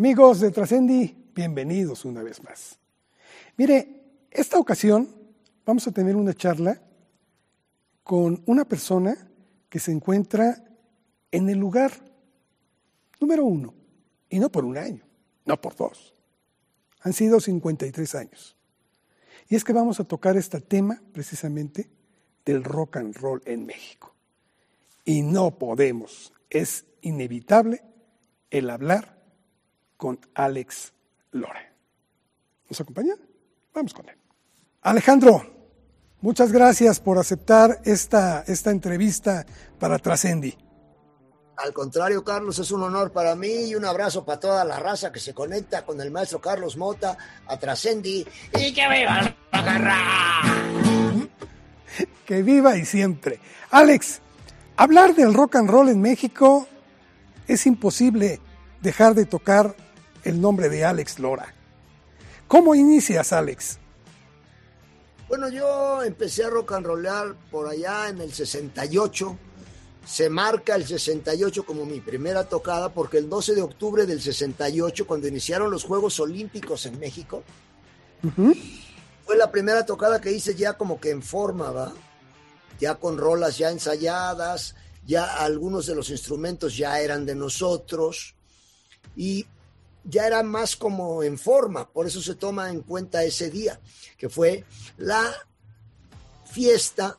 Amigos de Trascendi, bienvenidos una vez más. Mire, esta ocasión vamos a tener una charla con una persona que se encuentra en el lugar número 1, y no por un año, no por 2. Han sido 53 años. Y es que vamos a tocar este tema precisamente del rock and roll en México. Y no podemos, es inevitable el hablar con Alex Lora. ¿Nos acompaña? Vamos con él. Alejandro, muchas gracias por aceptar esta entrevista para Trascendi. Al contrario, Carlos, es un honor para mí y un abrazo para toda la raza que se conecta con el maestro Carlos Mota a Trascendi. ¡Y que viva el rock and roll! Que viva y siempre. Alex, hablar del rock and roll en México es imposible dejar de tocar el nombre de Alex Lora. ¿Cómo inicias, Alex? Bueno, yo empecé a rock and rollar por allá en el 68. Se marca el 68 como mi primera tocada porque el 12 de octubre del 68, cuando iniciaron los Juegos Olímpicos en México, fue la primera tocada que hice ya como que en forma, ¿va? Ya con rolas ya ensayadas, ya algunos de los instrumentos ya eran de nosotros y ya era más como en forma. Por eso se toma en cuenta ese día, que fue la fiesta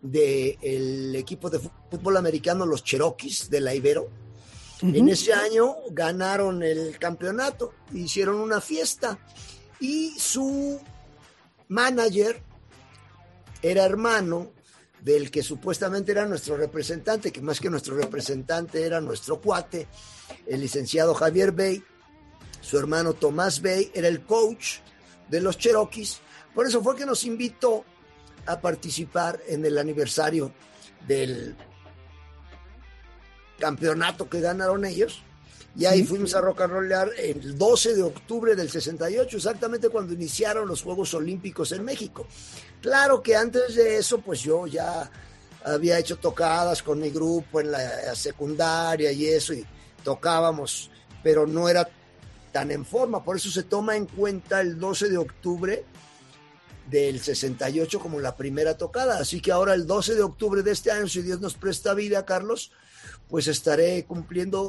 del equipo de fútbol americano, los Cherokees de la Ibero. En ese año ganaron el campeonato, hicieron una fiesta y su manager era hermano del que supuestamente era nuestro representante, que más que nuestro representante era nuestro cuate, el licenciado Javier Bey. Su hermano Tomás Bey era el coach de los Cherokees. Por eso fue que nos invitó a participar en el aniversario del campeonato que ganaron ellos. Y ahí fuimos a rock and rollar el 12 de octubre del 68, exactamente cuando iniciaron los Juegos Olímpicos en México. Claro que antes de eso, pues yo ya había hecho tocadas con mi grupo en la secundaria y eso, y tocábamos, pero no era tan en forma. Por eso se toma en cuenta el 12 de octubre del 68 como la primera tocada. Así que ahora el 12 de octubre de este año, si Dios nos presta vida, Carlos, pues estaré cumpliendo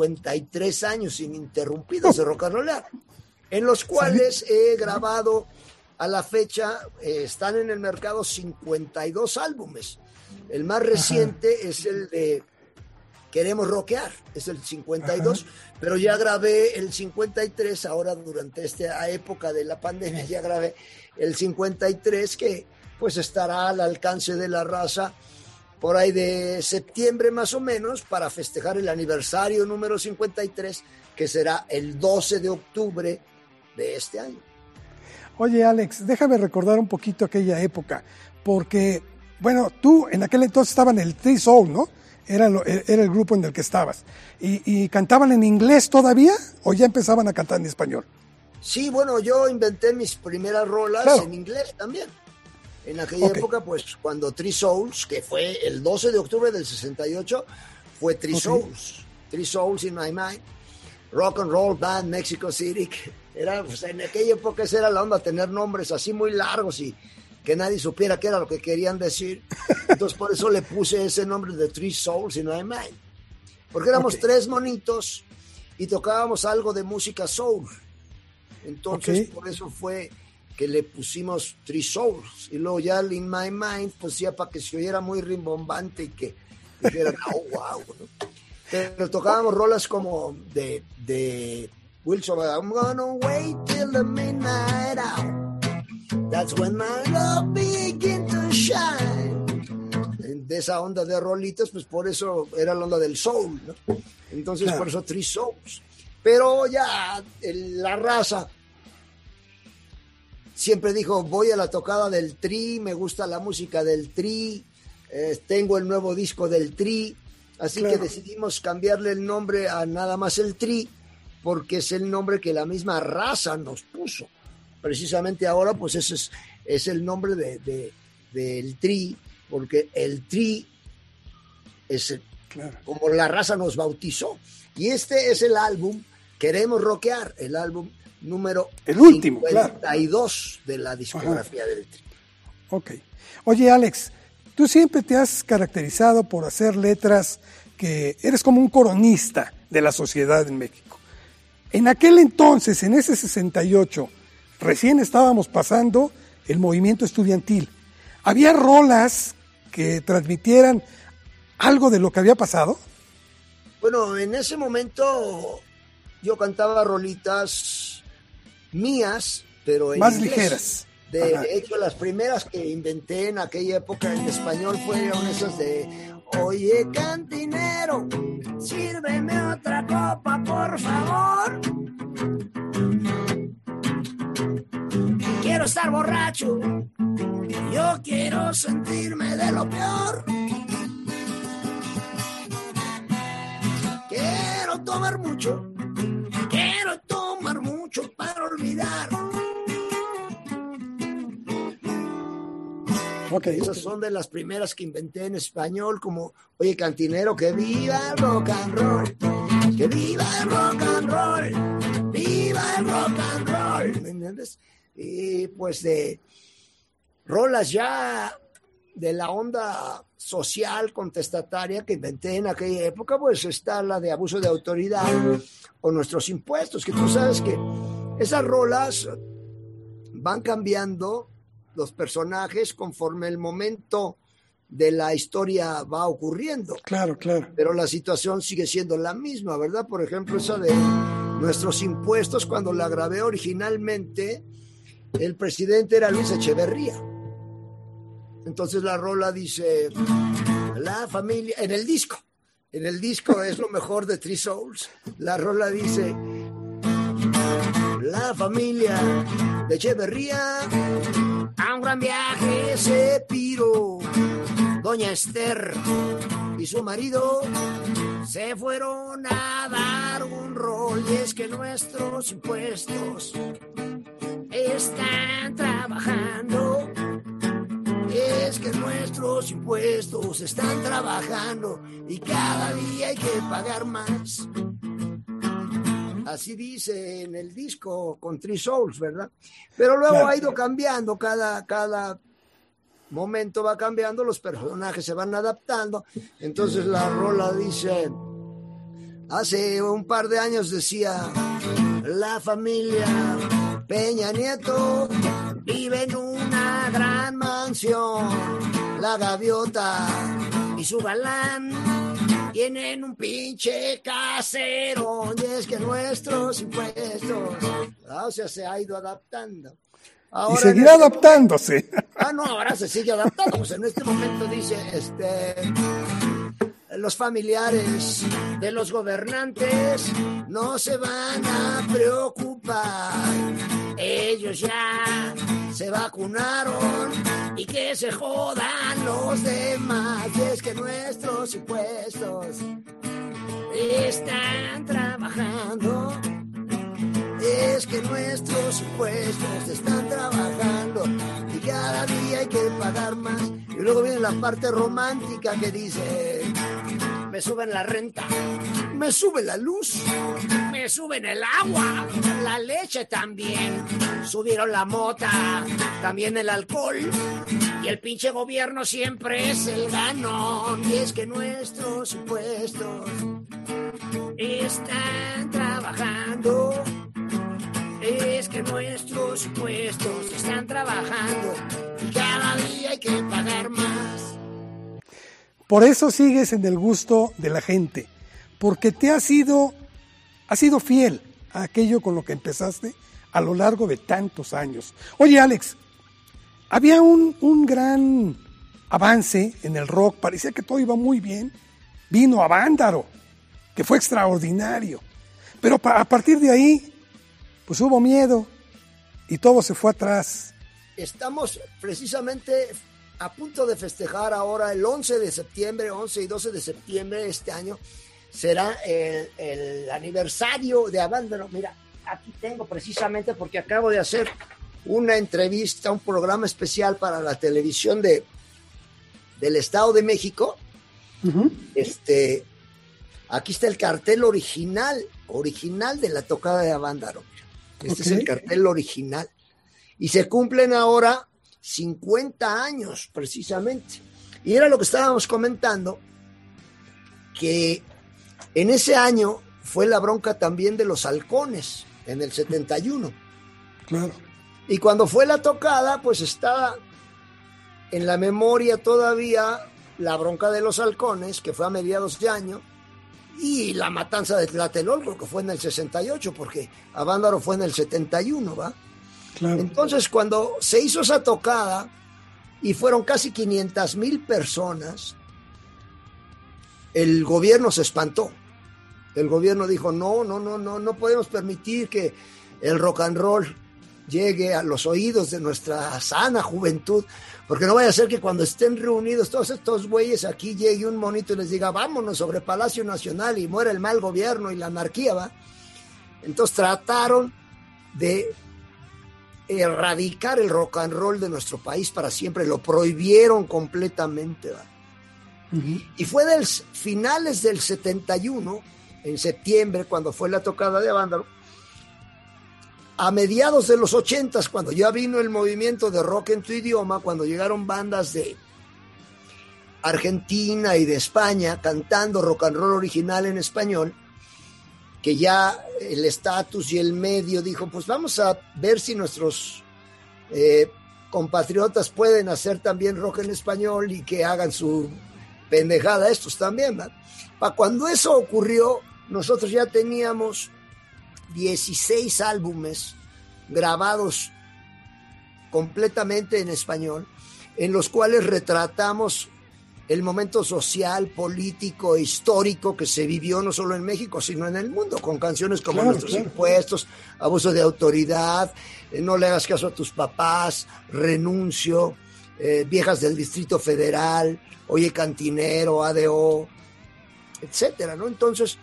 53 años ininterrumpidos de rock and roll, en los cuales he grabado a la fecha, están en el mercado 52 álbumes. El más reciente es el de Queremos Rockear, es el 52, pero ya grabé el 53, ahora durante esta época de la pandemia ya grabé el 53, que pues estará al alcance de la raza por ahí de septiembre más o menos, para festejar el aniversario número 53, que será el 12 de octubre de este año. Oye, Alex, déjame recordar un poquito aquella época, porque, bueno, tú en aquel entonces estabas en el Tree Soul, ¿no? Era el grupo en el que estabas. ¿Y cantaban en inglés todavía o ya empezaban a cantar en español? Sí, bueno, yo inventé mis primeras rolas en inglés también. En aquella época, pues, cuando Three Souls, que fue el 12 de octubre del 68, fue Three Souls. Three Souls in My Mind. Rock and Roll Band Mexico City. Era, pues, en aquella época esa era la onda, tener nombres así muy largos y que nadie supiera qué era lo que querían decir. Entonces, por eso le puse ese nombre de Three Souls in My Mind. Porque éramos tres monitos y tocábamos algo de música soul. Entonces, por eso fue que le pusimos Three Souls, y luego ya el In My Mind, pues ya para que se oyera muy rimbombante y que dijeran, oh, wow, ¿no? Pero tocábamos rolas como de Wilson, I'm gonna wait till the midnight hour, that's when my love begin to shine. De esa onda de rolitas, pues por eso era la onda del soul, ¿no? Entonces, por eso Three Souls. Pero ya la raza siempre dijo, voy a la tocada del Tri, me gusta la música del Tri, tengo el nuevo disco del Tri, así que decidimos cambiarle el nombre a nada más el Tri, porque es el nombre que la misma raza nos puso. Precisamente ahora, pues ese es el nombre del Tri, porque el Tri es como la raza nos bautizó. Y este es el álbum Queremos Rockear, el álbum número el último, 52 de la discografía del Tri. Ok. Oye, Alex, tú siempre te has caracterizado por hacer letras que eres como un coronista de la sociedad en México. En aquel entonces, en ese 68, recién estábamos pasando el movimiento estudiantil. ¿Había rolas que transmitieran algo de lo que había pasado? Bueno, en ese momento yo cantaba rolitas mías, pero en más inglés. Ligeras. De hecho, las primeras que inventé en aquella época en español fueron esas de: oye, cantinero, sírveme otra copa, por favor. Quiero estar borracho, yo quiero sentirme de lo peor. Quiero tomar mucho para olvidar. Okay. Esas son de las primeras que inventé en español, como: oye, cantinero, que viva el rock and roll, que viva el rock and roll, viva el rock and roll. ¿Me entiendes? Y pues de rolas ya de la onda social contestataria que inventé en aquella época, pues está la de Abuso de Autoridad o Nuestros Impuestos, que tú sabes que esas rolas van cambiando los personajes conforme el momento de la historia va ocurriendo. Claro. Pero la situación sigue siendo la misma, ¿verdad? Por ejemplo, esa de Nuestros Impuestos, cuando la grabé originalmente, el presidente era Luis Echeverría. Entonces la rola dice: la familia, en el disco es lo mejor de Three Souls. La rola dice: la familia de Echeverría a un gran viaje se piró. Doña Esther y su marido se fueron a dar un rol, y es que nuestros impuestos están trabajando. Es que nuestros impuestos están trabajando y cada día hay que pagar más. Así dice en el disco con Three Souls, ¿verdad? Pero luego ha ido cambiando, cada momento va cambiando, los personajes se van adaptando. Entonces la rola dice: hace un par de años decía: la familia Peña Nieto vive en una gran mansión. La gaviota y su galán tienen un pinche caserón, y es que nuestros impuestos, o sea, se ha ido adaptando. Ahora y seguirá adaptándose. Ahora se sigue adaptando. Pues en este momento dice, los familiares de los gobernantes no se van a preocupar. Ellos ya se vacunaron y que se jodan los demás. Y es que nuestros impuestos están trabajando. Es que nuestros impuestos están trabajando y cada día hay que pagar más. Y luego viene la parte romántica que dice: me suben la renta, me sube la luz, me suben el agua, la leche también, subieron la mota, también el alcohol, y el pinche gobierno siempre es el ganón. Y es que nuestros impuestos están trabajando. Es que nuestros impuestos están trabajando y cada día hay que pagar más. Por eso sigues en el gusto de la gente, porque has sido fiel a aquello con lo que empezaste a lo largo de tantos años. Oye, Alex, había un gran avance en el rock, parecía que todo iba muy bien. Vino Avándaro, que fue extraordinario, pero a partir de ahí pues hubo miedo y todo se fue atrás. Estamos precisamente a punto de festejar ahora el 11 de septiembre, 11 y 12 de septiembre de este año, será el aniversario de Avándaro. Mira, aquí tengo precisamente, porque acabo de hacer una entrevista, un programa especial para la televisión del Estado de México. Uh-huh. Aquí está el cartel original de la tocada de Avándaro. Este es el cartel original. Y se cumplen ahora 50 años, precisamente. Y era lo que estábamos comentando, que en ese año fue la bronca también de los halcones, en el 71. Claro. Y cuando fue la tocada, pues estaba en la memoria todavía la bronca de los halcones, que fue a mediados de año, y la matanza de Tlatelolco, que fue en el 68, porque Avándaro fue en el 71, ¿va? Claro. Entonces, cuando se hizo esa tocada, y fueron casi 500,000 personas, el gobierno se espantó. El gobierno dijo, no podemos permitir que el rock and roll llegue a los oídos de nuestra sana juventud, porque no vaya a ser que cuando estén reunidos todos estos güeyes aquí llegue un monito y les diga, vámonos sobre Palacio Nacional y muera el mal gobierno y la anarquía, ¿va? Entonces trataron de erradicar el rock and roll de nuestro país para siempre, lo prohibieron completamente, ¿va? Uh-huh. Y fue finales del 71, en septiembre, cuando fue la tocada de Avándaro, a mediados de los 80, cuando ya vino el movimiento de rock en tu idioma, cuando llegaron bandas de Argentina y de España cantando rock and roll original en español, que ya el estatus y el medio dijo, pues vamos a ver si nuestros compatriotas pueden hacer también rock en español y que hagan su pendejada estos también, ¿verdad? Para cuando eso ocurrió, nosotros ya teníamos 16 álbumes grabados completamente en español, en los cuales retratamos el momento social, político e histórico que se vivió no solo en México, sino en el mundo, con canciones como Nuestros Impuestos, Abuso de Autoridad, No le hagas caso a tus papás, Renuncio, Viejas del Distrito Federal, Oye Cantinero, ADO, etcétera, ¿no? Entonces,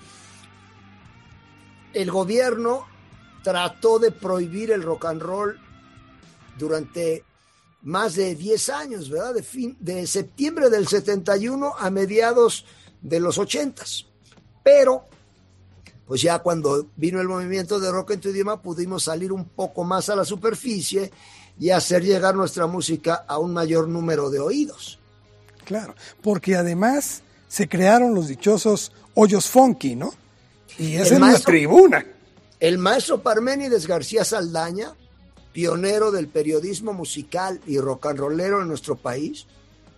el gobierno trató de prohibir el rock and roll durante más de 10 años, ¿verdad? De septiembre del 71 a mediados de los 80. Pero, pues ya cuando vino el movimiento de rock en tu idioma, pudimos salir un poco más a la superficie y hacer llegar nuestra música a un mayor número de oídos. Claro, porque además se crearon los dichosos hoyos funky, ¿no? Y esa es la tribuna. El maestro Parménides García Saldaña, pionero del periodismo musical y rock and rollero en nuestro país,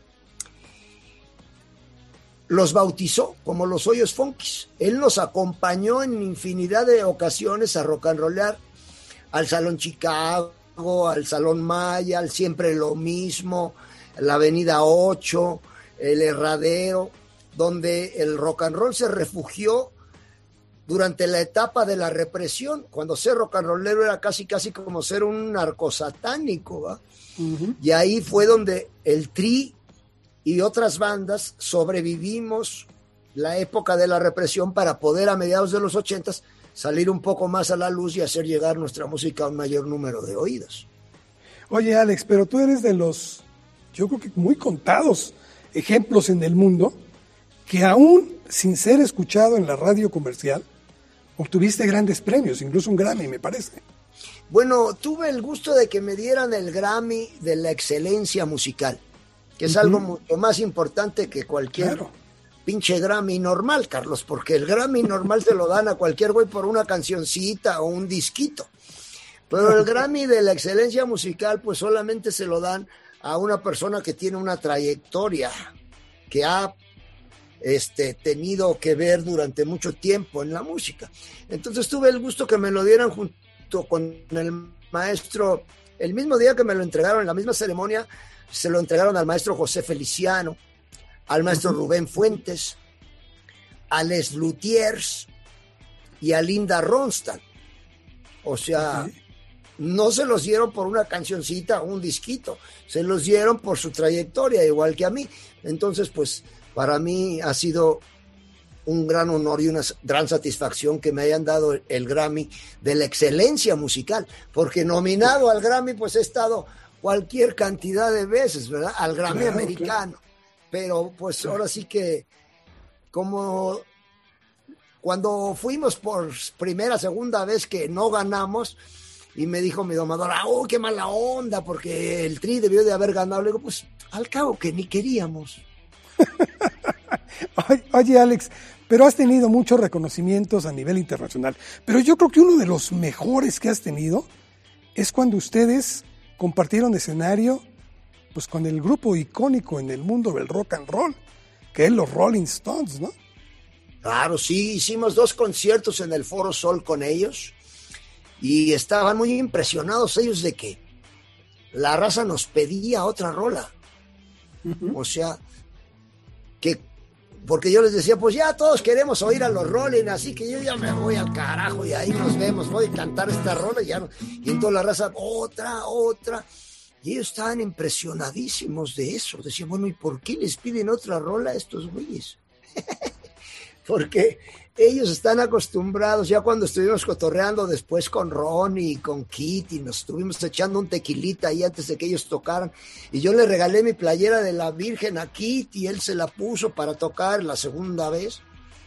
los bautizó como los hoyos funkis. Él nos acompañó en infinidad de ocasiones a rock and rollear al Salón Chicago, al Salón Maya, al Siempre lo Mismo, la Avenida 8, el Herradero, donde el rock and roll se refugió durante la etapa de la represión, cuando ser rock and rollero era casi como ser un narcosatánico, ¿va? Uh-huh. Y ahí fue donde el Tri y otras bandas sobrevivimos la época de la represión para poder a mediados de los 80 salir un poco más a la luz y hacer llegar nuestra música a un mayor número de oídos. Oye, Alex, pero tú eres de los, yo creo que muy contados ejemplos en el mundo que aún sin ser escuchado en la radio comercial, obtuviste grandes premios, incluso un Grammy, me parece. Bueno, tuve el gusto de que me dieran el Grammy de la excelencia musical, que es algo mucho más importante que cualquier pinche Grammy normal, Carlos, porque el Grammy normal se lo dan a cualquier güey por una cancioncita o un disquito. Pero el Grammy de la excelencia musical, pues solamente se lo dan a una persona que tiene una trayectoria, que ha tenido que ver durante mucho tiempo en la música. Entonces tuve el gusto que me lo dieran junto con el maestro, el mismo día que me lo entregaron, en la misma ceremonia, se lo entregaron al maestro José Feliciano, al maestro Rubén Fuentes, a Les Luthiers y a Linda Ronstadt. O sea, no se los dieron por una cancioncita o un disquito, se los dieron por su trayectoria, igual que a mí. Entonces, pues, para mí ha sido un gran honor y una gran satisfacción que me hayan dado el Grammy de la excelencia musical, porque nominado al Grammy, pues he estado cualquier cantidad de veces, ¿verdad? Al Grammy americano. Pero pues ahora sí que como cuando fuimos por primera, segunda vez que no ganamos, y me dijo mi domadora, oh, qué mala onda, porque el Tri debió de haber ganado. Le digo, pues al cabo que ni queríamos. Oye, Alex, pero has tenido muchos reconocimientos a nivel internacional, pero yo creo que uno de los mejores que has tenido es cuando ustedes compartieron escenario pues con el grupo icónico en el mundo del rock and roll, que es los Rolling Stones, ¿no? Claro, sí, hicimos 2 conciertos en el Foro Sol con ellos y estaban muy impresionados ellos de que la raza nos pedía otra rola. O sea, que porque yo les decía, pues ya todos queremos oír a los Rolling, así que yo ya me voy al carajo y ahí nos vemos, voy a cantar esta rola y ya no. Y entonces la raza, otra. Y ellos estaban impresionadísimos de eso. Decían, bueno, ¿y por qué les piden otra rola a estos güeyes? Porque ellos están acostumbrados, ya cuando estuvimos cotorreando después con Ronnie y con Kitty, nos estuvimos echando un tequilita ahí antes de que ellos tocaran, y yo le regalé mi playera de la Virgen a Kitty, y él se la puso para tocar la segunda vez.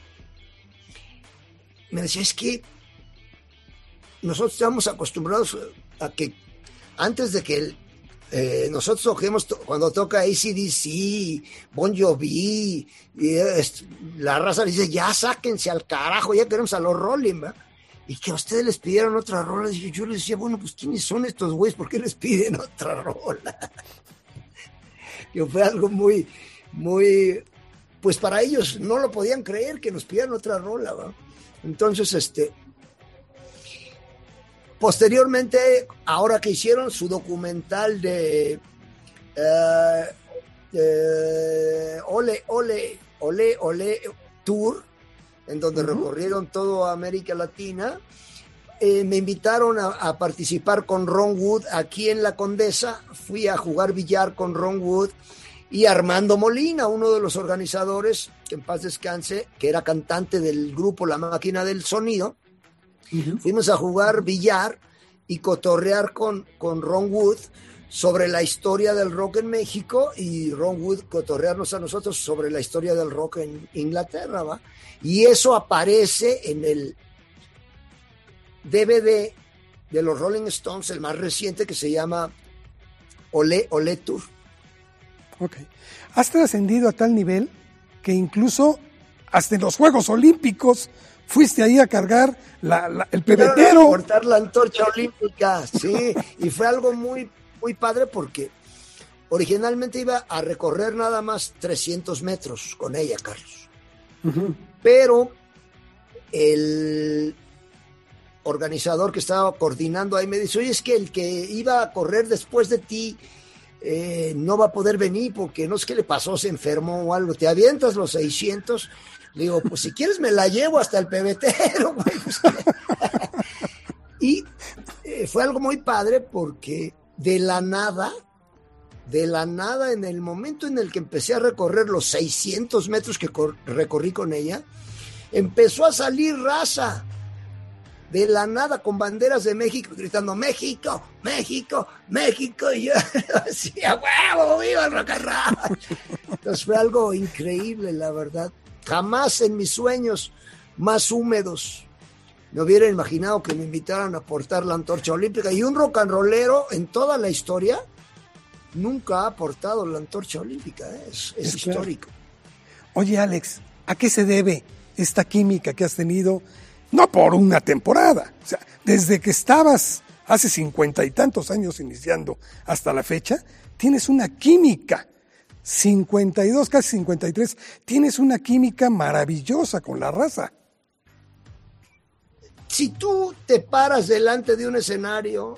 Me decía, es que nosotros estamos acostumbrados a que antes de que nosotros toquemos, cuando toca AC/DC, Bon Jovi, la raza dice, ya sáquense al carajo, ya queremos a los Rolling, ¿verdad? Y que a ustedes les pidieron otra rola, y yo les decía, bueno, pues ¿quiénes son estos güeyes? ¿Por qué les piden otra rola? Que fue algo muy, pues para ellos no lo podían creer que nos pidieran otra rola, ¿verdad? Entonces, posteriormente, ahora que hicieron su documental de Ole Tour, en donde recorrieron toda América Latina, me invitaron a participar con Ron Wood aquí en La Condesa. Fui a jugar billar con Ron Wood y Armando Molina, uno de los organizadores, que en paz descanse, que era cantante del grupo La Máquina del Sonido. Fuimos a jugar billar y cotorrear con Ron Wood sobre la historia del rock en México, y Ron Wood cotorrearnos a nosotros sobre la historia del rock en Inglaterra, ¿va? Y eso aparece en el DVD de los Rolling Stones, el más reciente, que se llama Ole Tour. Ok. Has trascendido a tal nivel que incluso hasta en los Juegos Olímpicos fuiste ahí a cargar el pebetero. Portar la antorcha olímpica, sí. Y fue algo muy, muy padre porque originalmente iba a recorrer nada más 300 metros con ella, Carlos. Pero el organizador que estaba coordinando ahí me dice, oye, es que el que iba a correr después de ti no va a poder venir porque no sé qué le pasó, se enfermó o algo. ¿Te avientas los 600? Le digo, pues si quieres me la llevo hasta el pebetero, güey. Y fue algo muy padre porque de la nada, en el momento en el que empecé a recorrer los 600 metros que recorrí con ella, empezó a salir raza de la nada con banderas de México, gritando México, México, México, y yo decía, huevo, viva el rock and roll. Entonces fue algo increíble, la verdad. Jamás en mis sueños más húmedos me hubiera imaginado que me invitaran a portar la antorcha olímpica, y un rock and rollero en toda la historia nunca ha portado la antorcha olímpica, es histórico. Claro. Oye, Alex, ¿a qué se debe esta química que has tenido? No por una temporada, o sea, desde que estabas hace 50 y tantos años iniciando hasta la fecha, tienes una química, 52, casi 53, tienes una química maravillosa con la raza. Si tú te paras delante de un escenario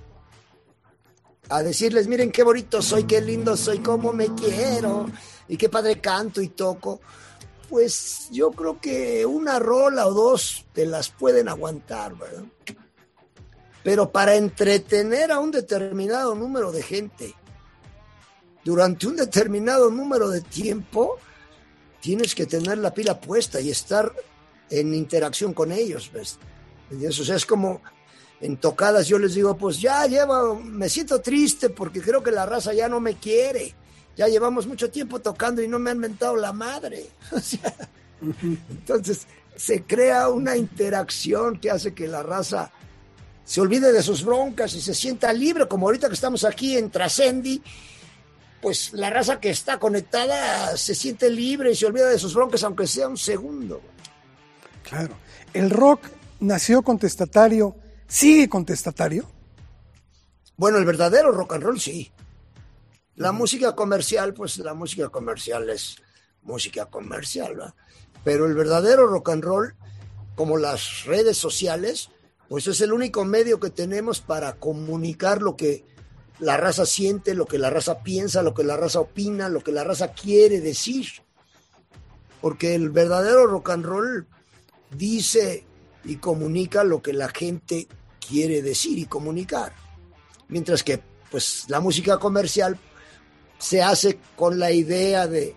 a decirles, miren qué bonito soy, qué lindo soy, cómo me quiero, y qué padre canto y toco, pues yo creo que una rola o dos te las pueden aguantar, ¿verdad? Pero para entretener a un determinado número de gente durante un determinado número de tiempo, tienes que tener la pila puesta y estar en interacción con ellos, ¿ves? O sea, es como en tocadas yo les digo, pues ya me siento triste porque creo que la raza ya no me quiere. Ya llevamos mucho tiempo tocando y no me han mentado la madre. O sea, Entonces se crea una interacción que hace que la raza se olvide de sus broncas y se sienta libre, como ahorita que estamos aquí en Trascendi, pues la raza que está conectada se siente libre y se olvida de sus broncas, aunque sea un segundo. Claro. ¿El rock nació contestatario, sigue contestatario? Bueno, el verdadero rock and roll sí. La música comercial, pues la música comercial es música comercial, ¿verdad? Pero el verdadero rock and roll, como las redes sociales, pues es el único medio que tenemos para comunicar lo que la raza siente, lo que la raza piensa, lo que la raza opina, lo que la raza quiere decir. Porque el verdadero rock and roll dice y comunica lo que la gente quiere decir y comunicar. Mientras que pues la música comercial se hace con la idea de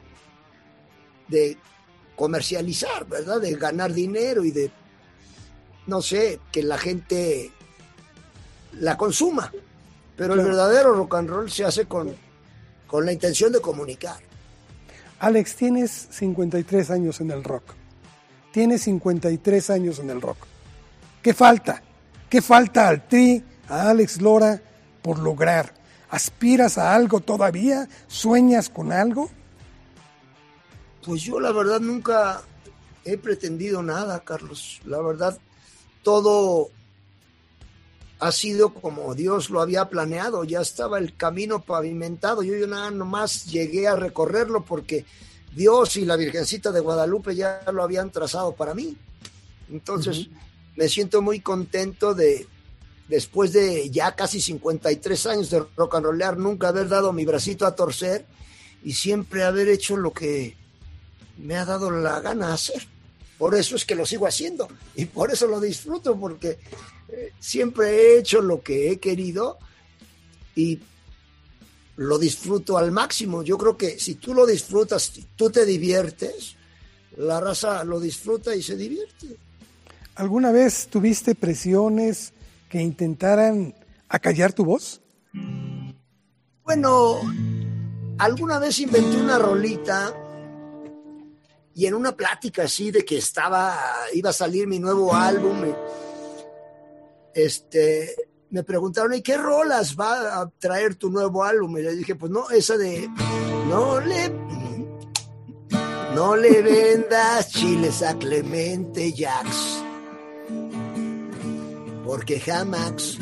comercializar, ¿verdad? De ganar dinero y de, no sé, que la gente la consuma. Pero claro, el verdadero rock and roll se hace con la intención de comunicar. Alex, tienes 53 años en el rock. Tienes 53 años en el rock. ¿Qué falta? ¿Qué falta al Tri, a Alex Lora, por lograr? ¿Aspiras a algo todavía? ¿Sueñas con algo? Pues yo la verdad nunca he pretendido nada, Carlos. La verdad, todo ha sido como Dios lo había planeado. Ya estaba el camino pavimentado. Yo nada nomás llegué a recorrerlo porque Dios y la Virgencita de Guadalupe ya lo habían trazado para mí. Entonces, me siento muy contento de, después de ya casi 53 años de rock and rollear, nunca haber dado mi bracito a torcer y siempre haber hecho lo que me ha dado la gana hacer. Por eso es que lo sigo haciendo y por eso lo disfruto, porque siempre he hecho lo que he querido y lo disfruto al máximo. Yo creo que si tú lo disfrutas, si tú te diviertes, la raza lo disfruta y se divierte. ¿Alguna vez tuviste presiones que intentaran acallar tu voz? Bueno, alguna vez inventé una rolita y en una plática así de que iba a salir mi nuevo álbum, me preguntaron, ¿y qué rolas va a traer tu nuevo álbum? Y le dije, pues no, esa de no le vendas chiles a Clemente Jax, porque jamás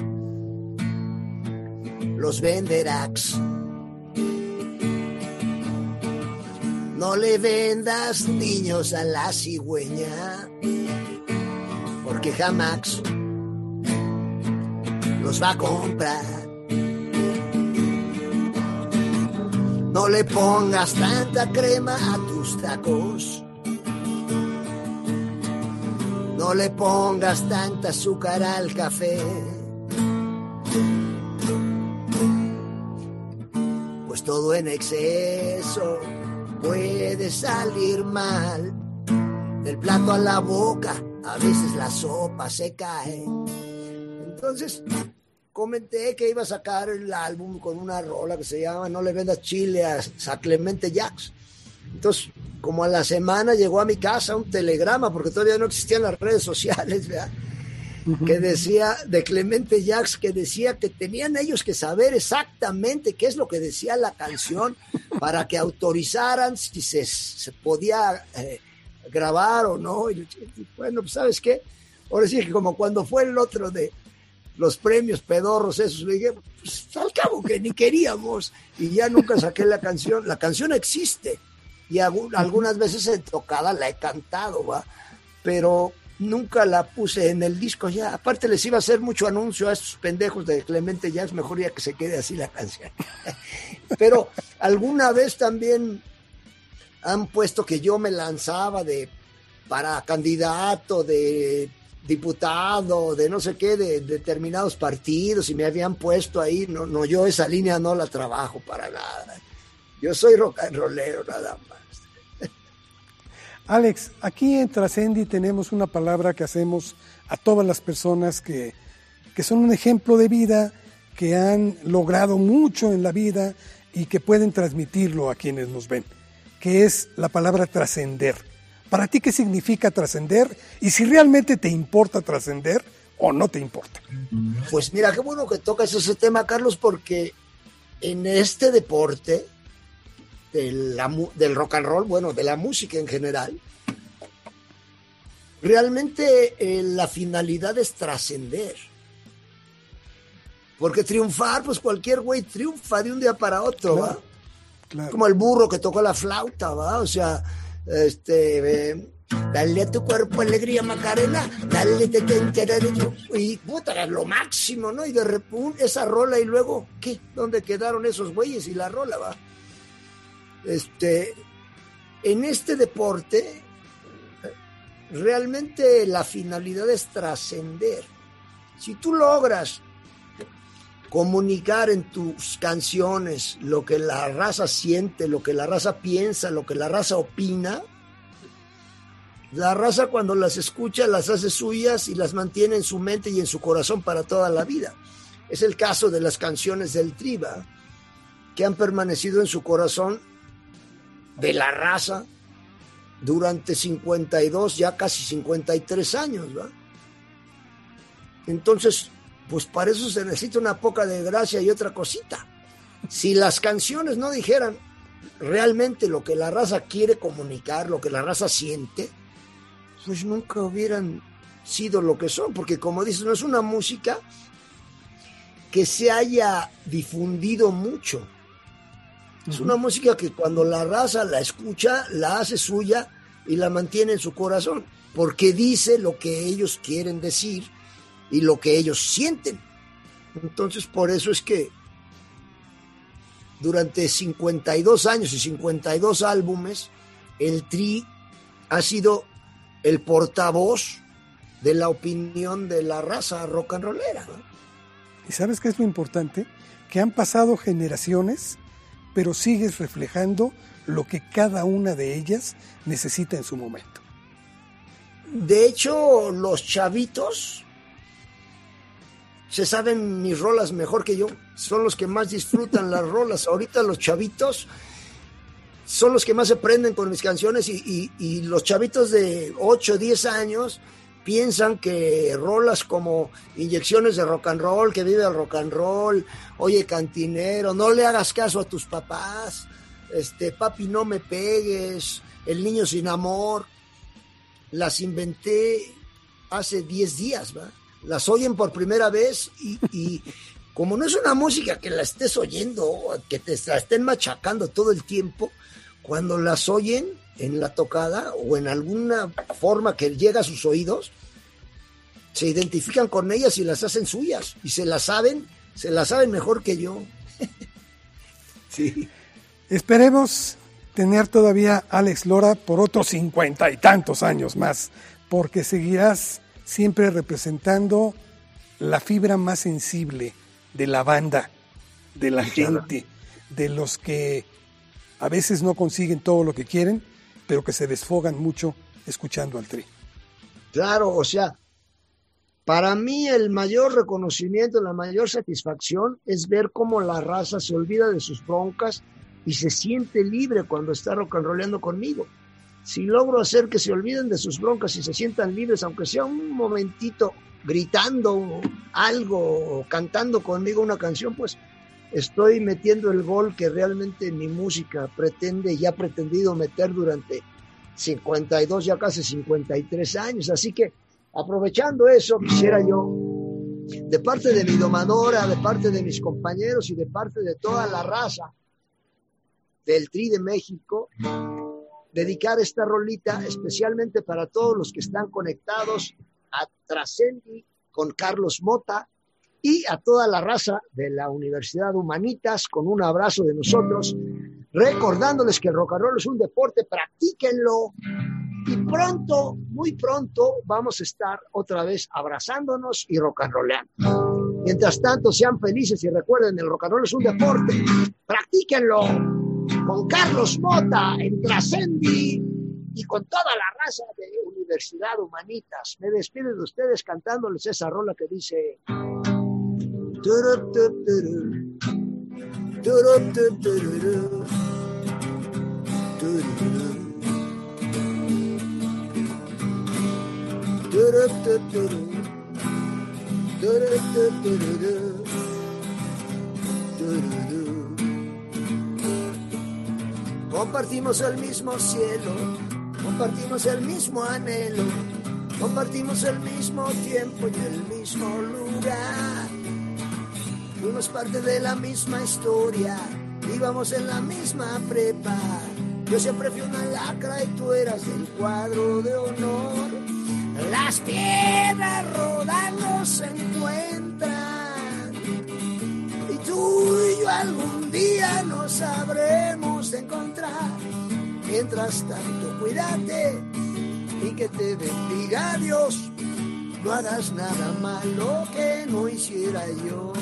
los venderás. No le vendas niños a la cigüeña, porque jamás los va a comprar. No le pongas tanta crema a tus tacos. No le pongas tanta azúcar al café. Pues todo en exceso puede salir mal. Del plato a la boca, a veces la sopa se cae. Entonces, comenté que iba a sacar el álbum con una rola que se llama No le vendas chile a Clemente Jax. Entonces, como a la semana llegó a mi casa un telegrama, porque todavía no existían las redes sociales, ¿verdad? Que decía, de Clemente Jax, que decía que tenían ellos que saber exactamente qué es lo que decía la canción para que autorizaran si se podía grabar o no. Y bueno, pues ¿sabes qué? Ahora sí que como cuando fue el otro de los premios pedorros esos, le dije, pues al cabo que ni queríamos, y ya nunca saqué la canción. La canción existe y algunas veces en tocada la he cantado, ¿va? Pero nunca la puse en el disco ya. Aparte les iba a hacer mucho anuncio a estos pendejos de Clemente Jax, mejor ya que se quede así la canción. Pero alguna vez también han puesto que yo me lanzaba para candidato de diputado, de no sé qué, de determinados partidos, y me habían puesto ahí. No, yo esa línea no la trabajo para nada. Yo soy rock and rollero nada más. Alex, aquí en Trascendi tenemos una palabra que hacemos a todas las personas que son un ejemplo de vida, que han logrado mucho en la vida y que pueden transmitirlo a quienes nos ven, que es la palabra trascender. ¿Para ti qué significa trascender? Y si realmente te importa trascender o no te importa. Pues mira, qué bueno que tocas ese tema, Carlos, porque en este deporte del rock and roll, bueno, de la música en general, realmente la finalidad es trascender. Porque triunfar, pues cualquier güey triunfa de un día para otro, claro, ¿va? Claro. Como el burro que tocó la flauta, ¿va? O sea, dale a tu cuerpo alegría, Macarena, dale, y puta, lo máximo, ¿no? Y de repente esa rola, y luego, ¿qué? ¿Dónde quedaron esos güeyes y la rola, va? En este deporte, realmente la finalidad es trascender. Si tú logras comunicar en tus canciones lo que la raza siente, lo que la raza piensa, lo que la raza opina, la raza cuando las escucha las hace suyas y las mantiene en su mente y en su corazón para toda la vida. Es el caso de las canciones del Tri, ¿va? Que han permanecido en su corazón de la raza durante 52, ya casi 53 años, ¿va? Entonces, pues para eso se necesita una poca de gracia y otra cosita. Si las canciones no dijeran realmente lo que la raza quiere comunicar, lo que la raza siente, pues nunca hubieran sido lo que son, porque como dices, no es una música que se haya difundido mucho. Es una música que cuando la raza la escucha, la hace suya y la mantiene en su corazón, porque dice lo que ellos quieren decir y lo que ellos sienten. Entonces, por eso es que durante 52 años y 52 álbumes, el Tri ha sido el portavoz de la opinión de la raza rock and rollera, ¿no? ¿Y sabes qué es lo importante? Que han pasado generaciones, pero sigues reflejando lo que cada una de ellas necesita en su momento. De hecho, los chavitos se saben mis rolas mejor que yo. Son los que más disfrutan las rolas. Ahorita los chavitos son los que más se prenden con mis canciones y los chavitos de 8, 10 años piensan que rolas como Inyecciones de Rock and Roll, Que vive el rock and roll, Oye Cantinero, No le hagas caso a tus papás, Papi no me pegues, El niño sin amor, las inventé hace 10 días, ¿va? Las oyen por primera vez y como no es una música que la estés oyendo, que te la estén machacando todo el tiempo, cuando las oyen en la tocada o en alguna forma que llega a sus oídos, se identifican con ellas y las hacen suyas y se las saben mejor que yo. Sí. Esperemos tener todavía a Alex Lora por otros 50 y tantos años más, porque seguirás siempre representando la fibra más sensible de la banda, de la gente, de los que a veces no consiguen todo lo que quieren, pero que se desfogan mucho escuchando al Tri. Claro, o sea, para mí el mayor reconocimiento, la mayor satisfacción es ver cómo la raza se olvida de sus broncas y se siente libre cuando está rock and rollando conmigo. Si logro hacer que se olviden de sus broncas y se sientan libres, aunque sea un momentito gritando algo o cantando conmigo una canción, pues estoy metiendo el gol que realmente mi música pretende y ha pretendido meter durante 52, ya casi 53 años. Así que, aprovechando eso, quisiera yo, de parte de mi domadora, de parte de mis compañeros y de parte de toda la raza del Tri de México, dedicar esta rolita especialmente para todos los que están conectados a Trascendi con Carlos Mota y a toda la raza de la Universidad Humanitas, con un abrazo de nosotros, recordándoles que el rock and roll es un deporte, practíquenlo y pronto, muy pronto, vamos a estar otra vez abrazándonos y rock and rollando. Mientras tanto, sean felices y recuerden, el rock and roll es un deporte, practíquenlo con Carlos Mota en Trascendi y con toda la raza de Universidad Humanitas. Me despido de ustedes cantándoles esa rola que dice... Compartimos el mismo cielo, compartimos el mismo anhelo, compartimos el mismo tiempo y el mismo lugar. Fuimos parte de la misma historia, íbamos en la misma prepa. Yo siempre fui una lacra y tú eras del cuadro de honor. Las piedras rodando se encuentran y tú y yo algún día nos sabremos encontrar. Mientras tanto, cuídate y que te bendiga Dios. No hagas nada malo que no hiciera yo.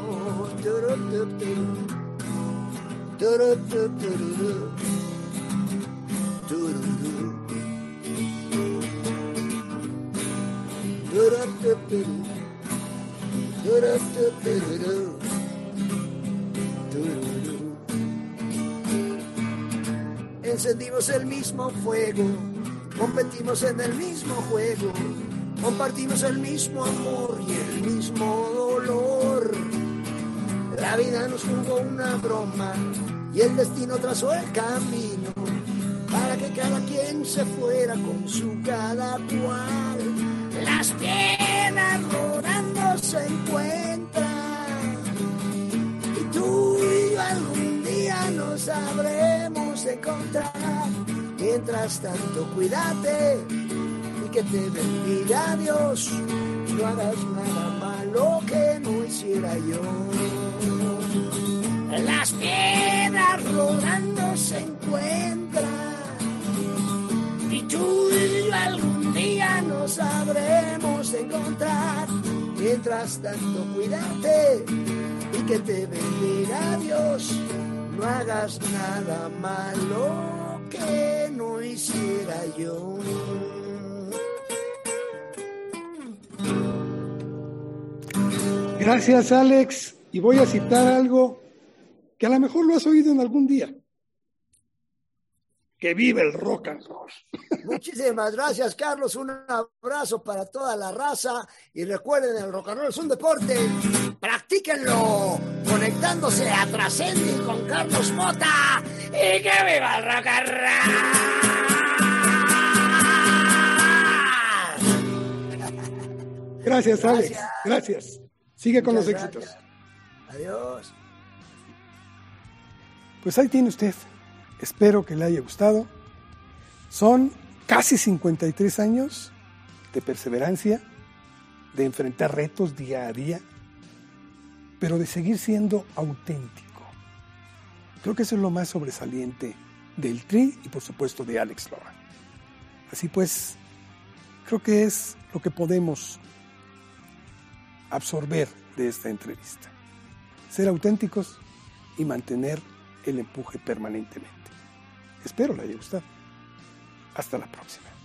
Encendimos el mismo fuego, competimos en el mismo juego, compartimos el mismo amor y el mismo dolor. La vida nos jugó una broma y el destino trazó el camino para que cada quien se fuera con su cada cual. Las piedras rodando se encuentran y tú y yo algún día nos sabremos encontrar. Mientras tanto, cuídate y que te bendiga Dios. No hagas nada malo que no hiciera yo. Las piedras rodando se encuentran y tú y yo algún día nos sabremos encontrar. Mientras tanto, cuídate y que te bendiga Dios. No hagas nada malo que no hiciera yo. Gracias, Alex. Y voy a citar algo que a lo mejor lo has oído en algún día. ¡Que vive el rock and roll! Muchísimas gracias, Carlos. Un abrazo para toda la raza. Y recuerden, el rock and roll es un deporte. ¡Practíquenlo! Conectándose a Trascending con Carlos Mota. ¡Y que viva el rock and roll! Gracias, Alex. Gracias. Sigue con los éxitos. Adiós. Pues ahí tiene usted. Espero que le haya gustado. Son casi 53 años de perseverancia, de enfrentar retos día a día, pero de seguir siendo auténtico. Creo que eso es lo más sobresaliente del Tri y por supuesto de Alex Lora. Así pues, creo que es lo que podemos absorber de esta entrevista. Ser auténticos y mantener el empuje permanentemente. Espero le haya gustado. Hasta la próxima.